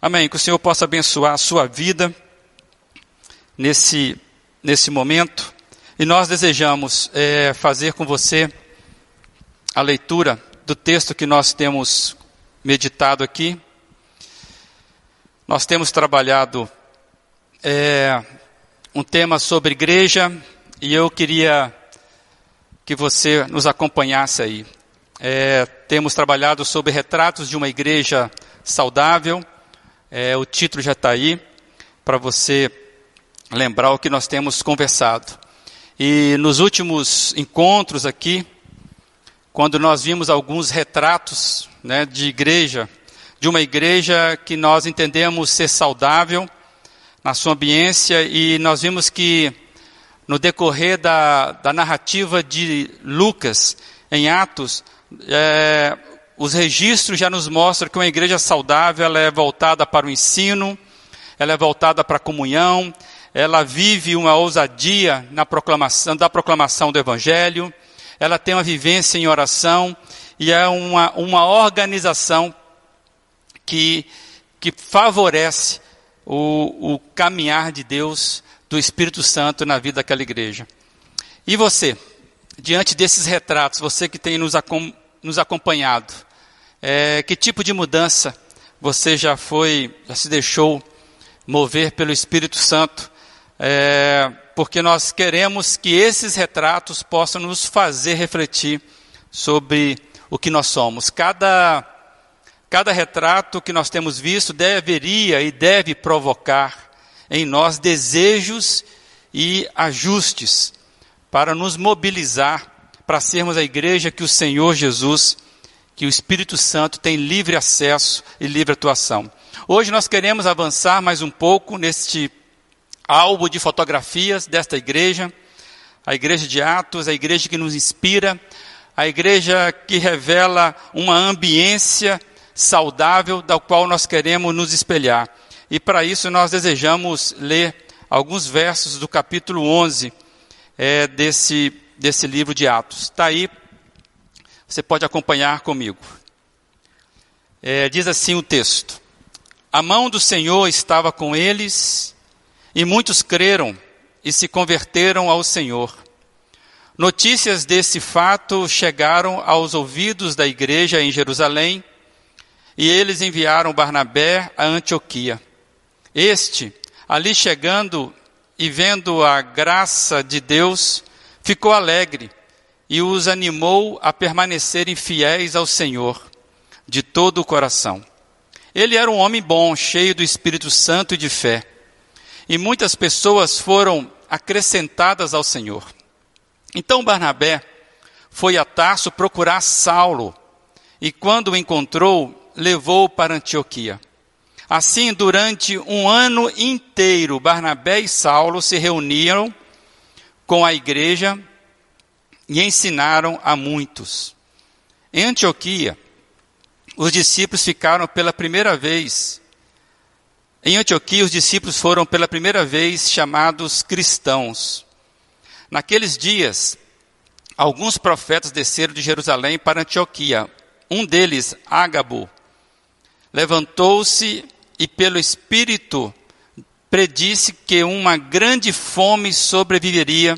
Amém. Que o Senhor possa abençoar a sua vida nesse momento. E nós desejamos fazer com você a leitura do texto que nós temos meditado aqui. Nós temos trabalhado um tema sobre igreja e eu queria que você nos acompanhasse aí. Temos trabalhado sobre retratos de uma igreja saudável. O título já está aí, para você lembrar o que nós temos conversado. E nos últimos encontros aqui, quando nós vimos alguns retratos, de igreja, de uma igreja que nós entendemos ser saudável na sua ambiência, e nós vimos que no decorrer da narrativa de Lucas, em Atos, os registros já nos mostram que uma igreja saudável, ela é voltada para o ensino, ela é voltada para a comunhão, ela vive uma ousadia na proclamação do Evangelho, ela tem uma vivência em oração, e é uma organização que favorece o caminhar de Deus, do Espírito Santo na vida daquela igreja. E você, diante desses retratos, você que tem nos acompanhado, que tipo de mudança você já se deixou mover pelo Espírito Santo? Porque nós queremos que esses retratos possam nos fazer refletir sobre o que nós somos. Cada retrato que nós temos visto deveria e deve provocar em nós desejos e ajustes para nos mobilizar para sermos a igreja que o Senhor Jesus, que o Espírito Santo tem livre acesso e livre atuação. Hoje nós queremos avançar mais um pouco neste álbum de fotografias desta igreja, a igreja de Atos, a igreja que nos inspira, a igreja que revela uma ambiência saudável da qual nós queremos nos espelhar. E para isso nós desejamos ler alguns versos do capítulo 11 desse livro de Atos. Está aí, você pode acompanhar comigo. Diz assim o texto: a mão do Senhor estava com eles, e muitos creram e se converteram ao Senhor. Notícias desse fato chegaram aos ouvidos da igreja em Jerusalém, e eles enviaram Barnabé a Antioquia. Este, ali chegando e vendo a graça de Deus, ficou alegre e os animou a permanecerem fiéis ao Senhor de todo o coração. Ele era um homem bom, cheio do Espírito Santo e de fé, e muitas pessoas foram acrescentadas ao Senhor. Então Barnabé foi a Tarso procurar Saulo, e quando o encontrou, levou-o para Antioquia. Assim, durante um ano inteiro, Barnabé e Saulo se reuniram com a igreja e ensinaram a muitos. Em Antioquia, os discípulos foram pela primeira vez chamados cristãos. Naqueles dias, alguns profetas desceram de Jerusalém para Antioquia. Um deles, Ágabo, levantou-se e pelo Espírito predisse que uma grande fome sobreviveria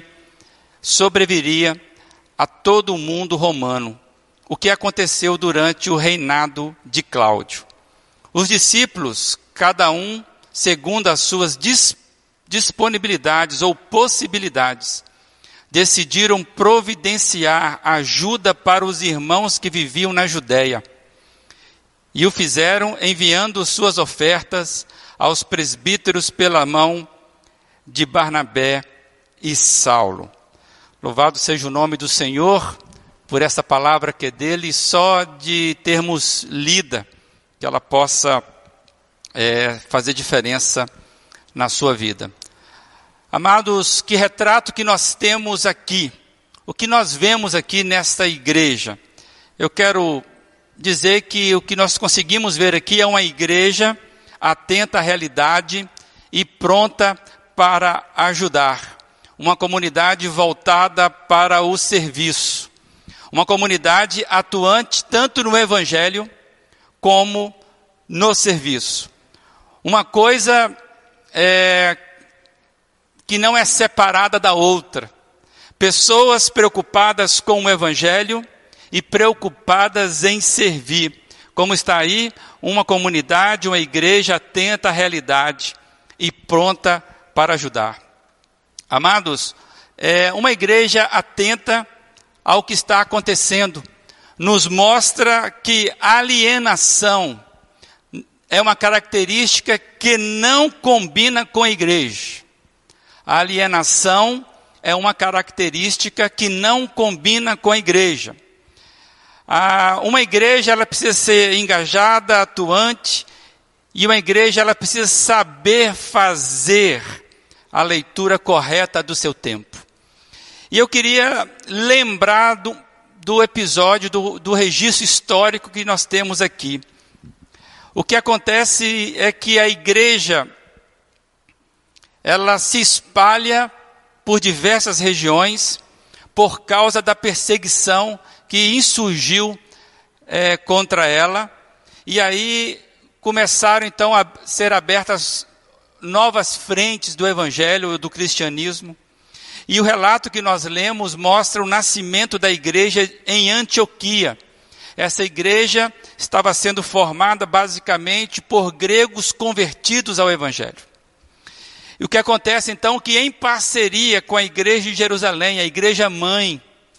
a todo o mundo romano, o que aconteceu durante o reinado de Cláudio. Os discípulos, cada um segundo as suas disponibilidades ou possibilidades, decidiram providenciar ajuda para os irmãos que viviam na Judéia. E o fizeram enviando suas ofertas aos presbíteros pela mão de Barnabé e Saulo. Louvado seja o nome do Senhor por essa palavra que é dele, só de termos lida, que ela possa fazer diferença na sua vida. Amados, que retrato que nós temos aqui, o que nós vemos aqui nesta igreja. Eu quero dizer que o que nós conseguimos ver aqui é uma igreja atenta à realidade e pronta para ajudar. Uma comunidade voltada para o serviço. Uma comunidade atuante tanto no Evangelho como no serviço. Uma coisa que não é separada da outra. Pessoas preocupadas com o Evangelho e preocupadas em servir. Como está aí, uma comunidade, uma igreja atenta à realidade e pronta para ajudar. Amados, uma igreja atenta ao que está acontecendo nos mostra que a alienação é uma característica que não combina com a igreja. A alienação é uma característica que não combina com a igreja. Uma igreja ela precisa ser engajada, atuante, e uma igreja ela precisa saber fazer a leitura correta do seu tempo. E eu queria lembrar do episódio, do registro histórico que nós temos aqui. O que acontece é que a igreja, ela se espalha por diversas regiões por causa da perseguição que insurgiu contra ela. E aí começaram então a ser abertas novas frentes do evangelho, do cristianismo. E o relato que nós lemos mostra o nascimento da igreja em Antioquia. Essa igreja estava sendo formada basicamente por gregos convertidos ao evangelho. E o que acontece então, que em parceria com a igreja de Jerusalém, a igreja mãe,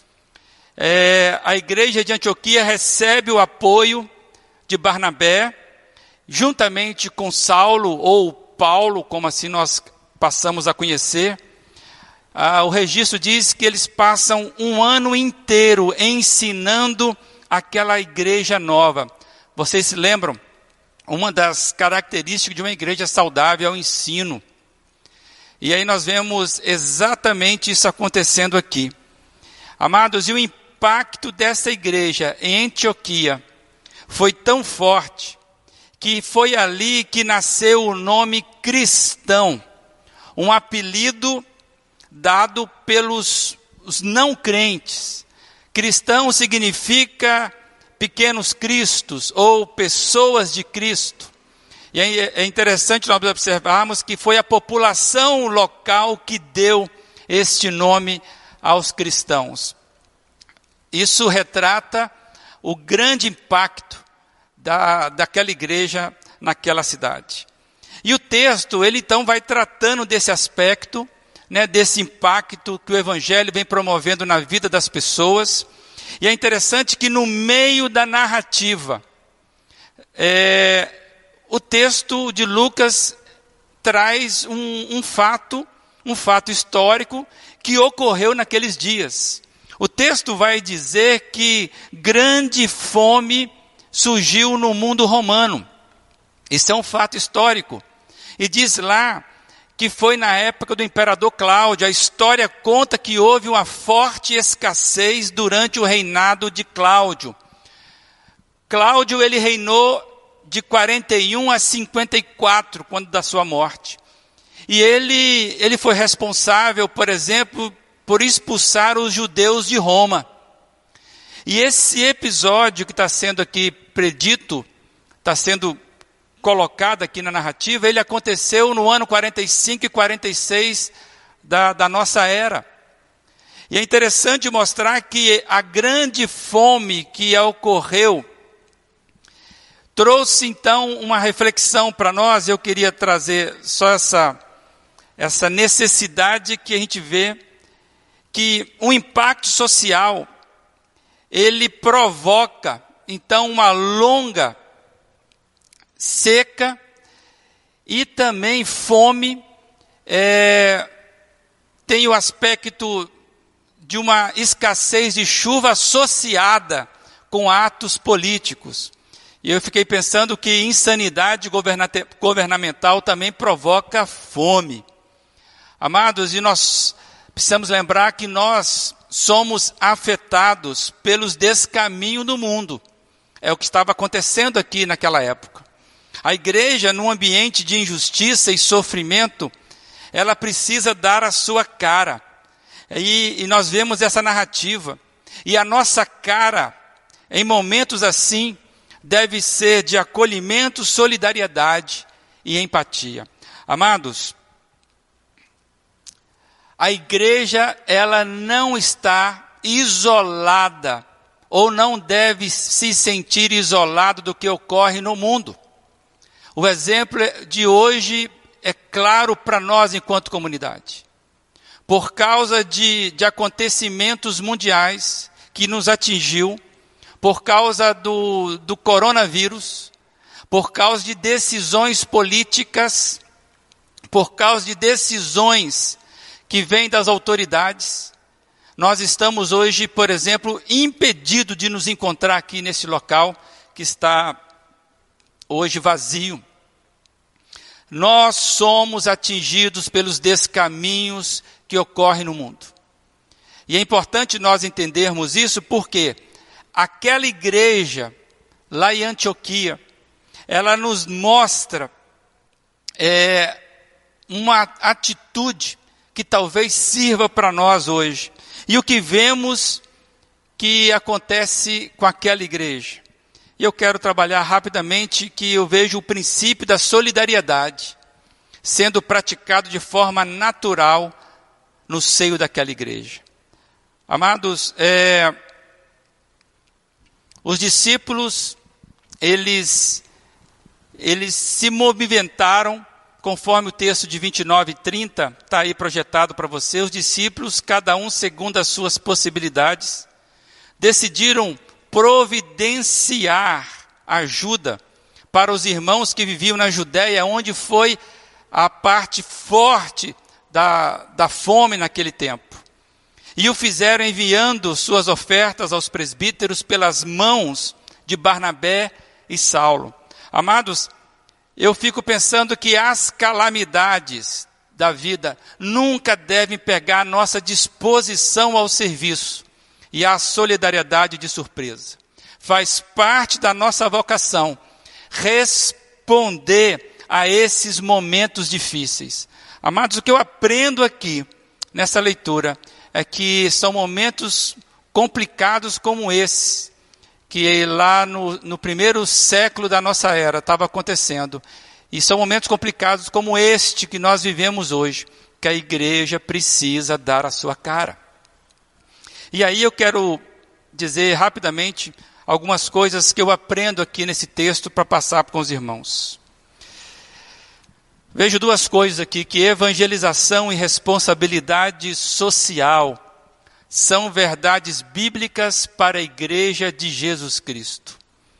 a igreja de Antioquia recebe o apoio de Barnabé, juntamente com Saulo, ou Paulo, como assim nós passamos a conhecer. O registro diz que eles passam um ano inteiro ensinando aquela igreja nova. Vocês se lembram? Uma das características de uma igreja saudável é o ensino. E aí nós vemos exatamente isso acontecendo aqui. Amados, e o impacto dessa igreja em Antioquia foi tão forte que foi ali que nasceu o nome cristão, um apelido dado pelos os não crentes. Cristão significa pequenos cristos ou pessoas de Cristo. E é interessante nós observarmos que foi a população local que deu este nome aos cristãos. Isso retrata o grande impacto daquela igreja naquela cidade. E o texto, ele então vai tratando desse aspecto, desse impacto que o evangelho vem promovendo na vida das pessoas. E é interessante que no meio da narrativa, o texto de Lucas traz um fato histórico que ocorreu naqueles dias. O texto vai dizer que grande fome surgiu no mundo romano. Isso é um fato histórico. E diz lá que foi na época do imperador Cláudio. A história conta que houve uma forte escassez durante o reinado de Cláudio. Cláudio, ele reinou de 41 a 54, quando da sua morte. E ele foi responsável, por exemplo, por expulsar os judeus de Roma. E esse episódio que está sendo aqui predito, está sendo colocado aqui na narrativa, ele aconteceu no ano 45 e 46 da nossa era. E é interessante mostrar que a grande fome que ocorreu trouxe então uma reflexão para nós. Eu queria trazer só essa necessidade que a gente vê, que o impacto social, ele provoca então uma longa seca e também fome. Tem o aspecto de uma escassez de chuva associada com atos políticos. E eu fiquei pensando que insanidade governamental também provoca fome. Amados, e nós precisamos lembrar que nós somos afetados pelos descaminhos do mundo. É o que estava acontecendo aqui naquela época. A igreja, num ambiente de injustiça e sofrimento, ela precisa dar a sua cara. E nós vemos essa narrativa. E a nossa cara, em momentos assim, deve ser de acolhimento, solidariedade e empatia. Amados, a igreja, ela não está isolada, ou não deve se sentir isolado do que ocorre no mundo. O exemplo de hoje é claro para nós enquanto comunidade. Por causa de acontecimentos mundiais que nos atingiu, por causa do coronavírus, por causa de decisões políticas, por causa de decisões que vêm das autoridades, nós estamos hoje, por exemplo, impedidos de nos encontrar aqui nesse local que está hoje vazio. Nós somos atingidos pelos descaminhos que ocorrem no mundo. E é importante nós entendermos isso porque aquela igreja lá em Antioquia, ela nos mostra uma atitude que talvez sirva para nós hoje. E o que vemos que acontece com aquela igreja. E eu quero trabalhar rapidamente que eu vejo o princípio da solidariedade sendo praticado de forma natural no seio daquela igreja. Amados, os discípulos, eles se movimentaram, conforme o texto de 29 e 30, está aí projetado para você. Os discípulos, cada um segundo as suas possibilidades, decidiram providenciar ajuda para os irmãos que viviam na Judéia, onde foi a parte forte da fome naquele tempo. E o fizeram enviando suas ofertas aos presbíteros pelas mãos de Barnabé e Saulo. Amados, eu fico pensando que as calamidades da vida nunca devem pegar a nossa disposição ao serviço e a solidariedade de surpresa. Faz parte da nossa vocação responder a esses momentos difíceis. Amados, o que eu aprendo aqui nessa leitura é que são momentos complicados como esse, que lá no primeiro século da nossa era estava acontecendo. E são momentos complicados como este que nós vivemos hoje, que a igreja precisa dar a sua cara. E aí eu quero dizer rapidamente algumas coisas que eu aprendo aqui nesse texto para passar com os irmãos. Vejo duas coisas aqui, que evangelização e responsabilidade social são verdades bíblicas para a igreja de Jesus Cristo.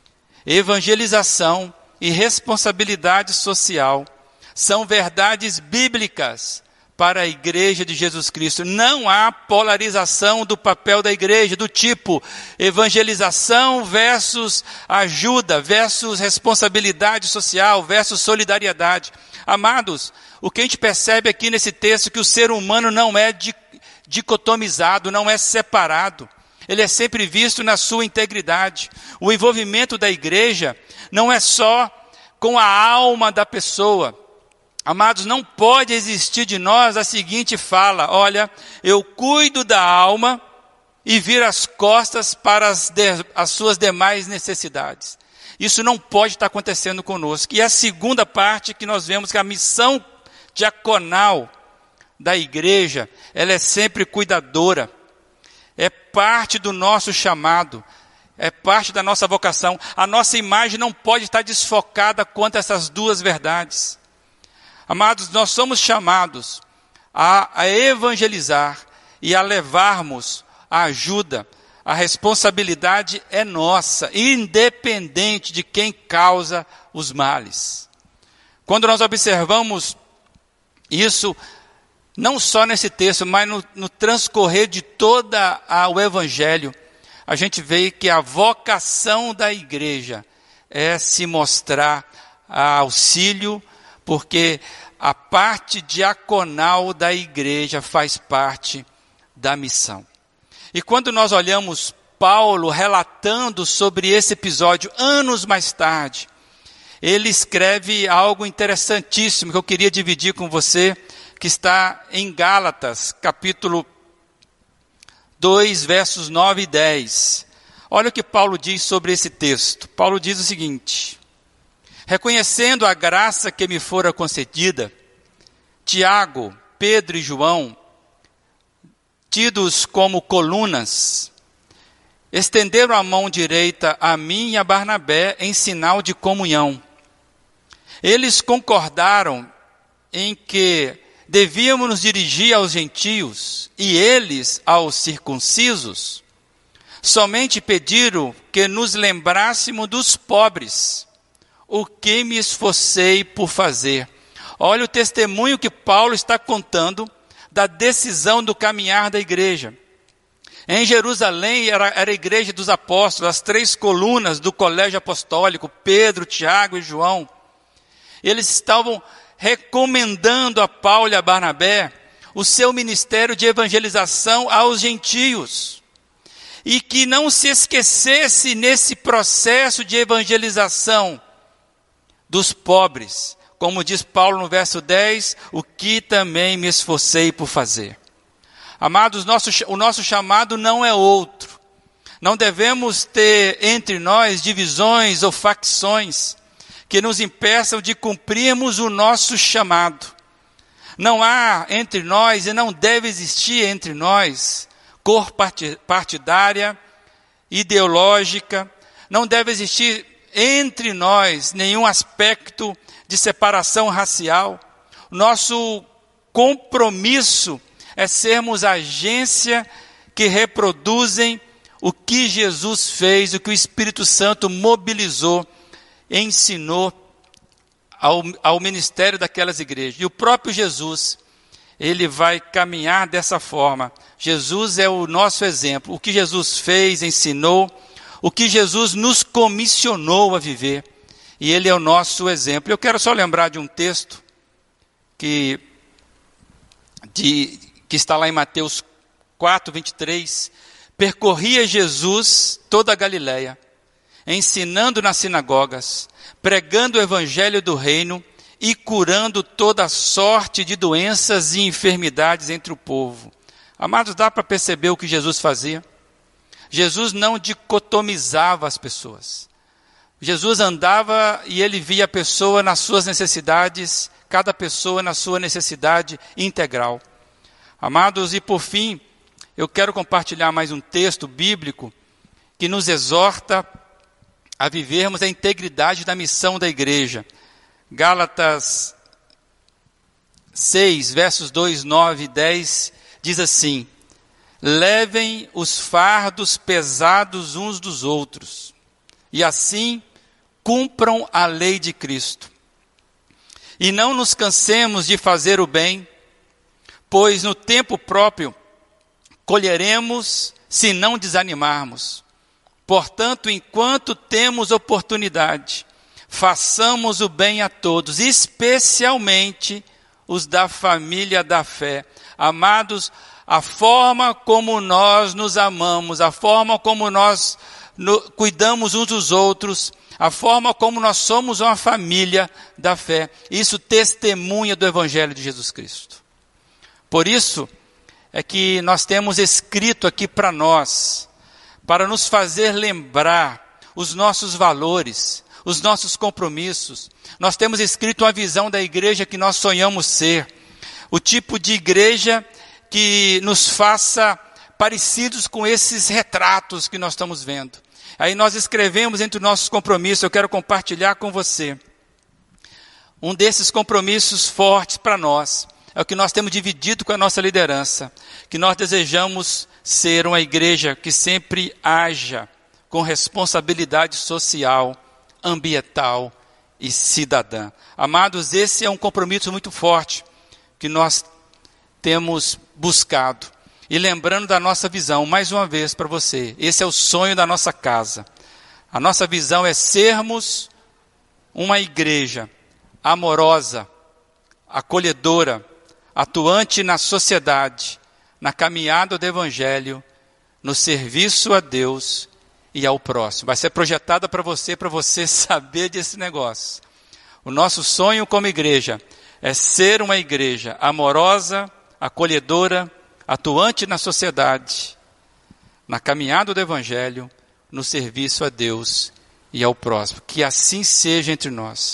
Evangelização e responsabilidade social são verdades bíblicas para a igreja de Jesus Cristo. Não há polarização do papel da igreja, do tipo evangelização versus ajuda, versus responsabilidade social, versus solidariedade. Amados, o que a gente percebe aqui nesse texto é que o ser humano não é dicotomizado, não é separado. Ele é sempre visto na sua integridade. O envolvimento da igreja não é só com a alma da pessoa. Amados, não pode existir de nós a seguinte fala: olha, eu cuido da alma e viro as costas para as suas demais necessidades. Isso não pode estar acontecendo conosco. E a segunda parte que nós vemos que a missão diaconal da igreja, ela é sempre cuidadora. É parte do nosso chamado, é parte da nossa vocação. A nossa imagem não pode estar desfocada quanto a essas duas verdades. Amados, nós somos chamados a evangelizar e a levarmos a ajuda. A responsabilidade é nossa, independente de quem causa os males. Quando nós observamos isso, não só nesse texto, mas no transcorrer de todo o Evangelho, a gente vê que a vocação da igreja é se mostrar auxílio, porque a parte diaconal da igreja faz parte da missão. E quando nós olhamos Paulo relatando sobre esse episódio, anos mais tarde, ele escreve algo interessantíssimo que eu queria dividir com você, que está em Gálatas, capítulo 2, versos 9 e 10. Olha o que Paulo diz sobre esse texto. Paulo diz o seguinte: Reconhecendo a graça que me fora concedida, Tiago, Pedro e João, tidos como colunas, estenderam a mão direita a mim e a Barnabé em sinal de comunhão. Eles concordaram em que devíamos nos dirigir aos gentios e eles aos circuncisos. Somente pediram que nos lembrássemos dos pobres, o que me esforcei por fazer. Olha o testemunho que Paulo está contando da decisão do caminhar da igreja. Em Jerusalém era a igreja dos apóstolos, as 3 colunas do colégio apostólico, Pedro, Tiago e João. Eles estavam recomendando a Paulo e a Barnabé o seu ministério de evangelização aos gentios. E que não se esquecesse nesse processo de evangelização dos pobres. Como diz Paulo no verso 10, o que também me esforcei por fazer. Amados, o nosso chamado não é outro. Não devemos ter entre nós divisões ou facções que nos impeçam de cumprirmos o nosso chamado. Não há entre nós e não deve existir entre nós cor partidária, ideológica. Não deve existir entre nós nenhum aspecto de separação racial. Nosso compromisso é sermos agência que reproduzem o que Jesus fez, o que o Espírito Santo mobilizou, ensinou ao ministério daquelas igrejas. E o próprio Jesus, ele vai caminhar dessa forma. Jesus é o nosso exemplo. O que Jesus fez, ensinou, o que Jesus nos comissionou a viver. E ele é o nosso exemplo. Eu quero só lembrar de um texto que está lá em Mateus 4, 23. Percorria Jesus toda a Galileia, ensinando nas sinagogas, pregando o evangelho do reino e curando toda sorte de doenças e enfermidades entre o povo. Amados, dá para perceber o que Jesus fazia? Jesus não dicotomizava as pessoas. Jesus andava e ele via a pessoa nas suas necessidades, cada pessoa na sua necessidade integral. Amados, e por fim, eu quero compartilhar mais um texto bíblico que nos exorta a vivermos a integridade da missão da igreja. Gálatas 6, versos 2, 9 e 10, diz assim: levem os fardos pesados uns dos outros, e assim cumpram a lei de Cristo. E não nos cansemos de fazer o bem, pois no tempo próprio colheremos se não desanimarmos. Portanto, enquanto temos oportunidade, façamos o bem a todos, especialmente os da família da fé. Amados, a forma como nós nos amamos, a forma como nós cuidamos uns dos outros, a forma como nós somos uma família da fé, isso testemunha do Evangelho de Jesus Cristo. Por isso é que nós temos escrito aqui para nós, para nos fazer lembrar os nossos valores, os nossos compromissos. Nós temos escrito uma visão da igreja que nós sonhamos ser, o tipo de igreja que nos faça parecidos com esses retratos que nós estamos vendo. Aí nós escrevemos entre os nossos compromissos, eu quero compartilhar com você. Um desses compromissos fortes para nós, é o que nós temos dividido com a nossa liderança, que nós desejamos ser uma igreja que sempre haja com responsabilidade social, ambiental e cidadã. Amados, esse é um compromisso muito forte que nós temos buscado. E lembrando da nossa visão, mais uma vez para você, esse é o sonho da nossa casa. A nossa visão é sermos uma igreja amorosa, acolhedora, atuante na sociedade, na caminhada do Evangelho, no serviço a Deus e ao próximo. Vai ser projetada para você saber desse negócio. O nosso sonho como igreja é ser uma igreja amorosa, acolhedora, atuante na sociedade, na caminhada do Evangelho, no serviço a Deus e ao próximo. Que assim seja entre nós.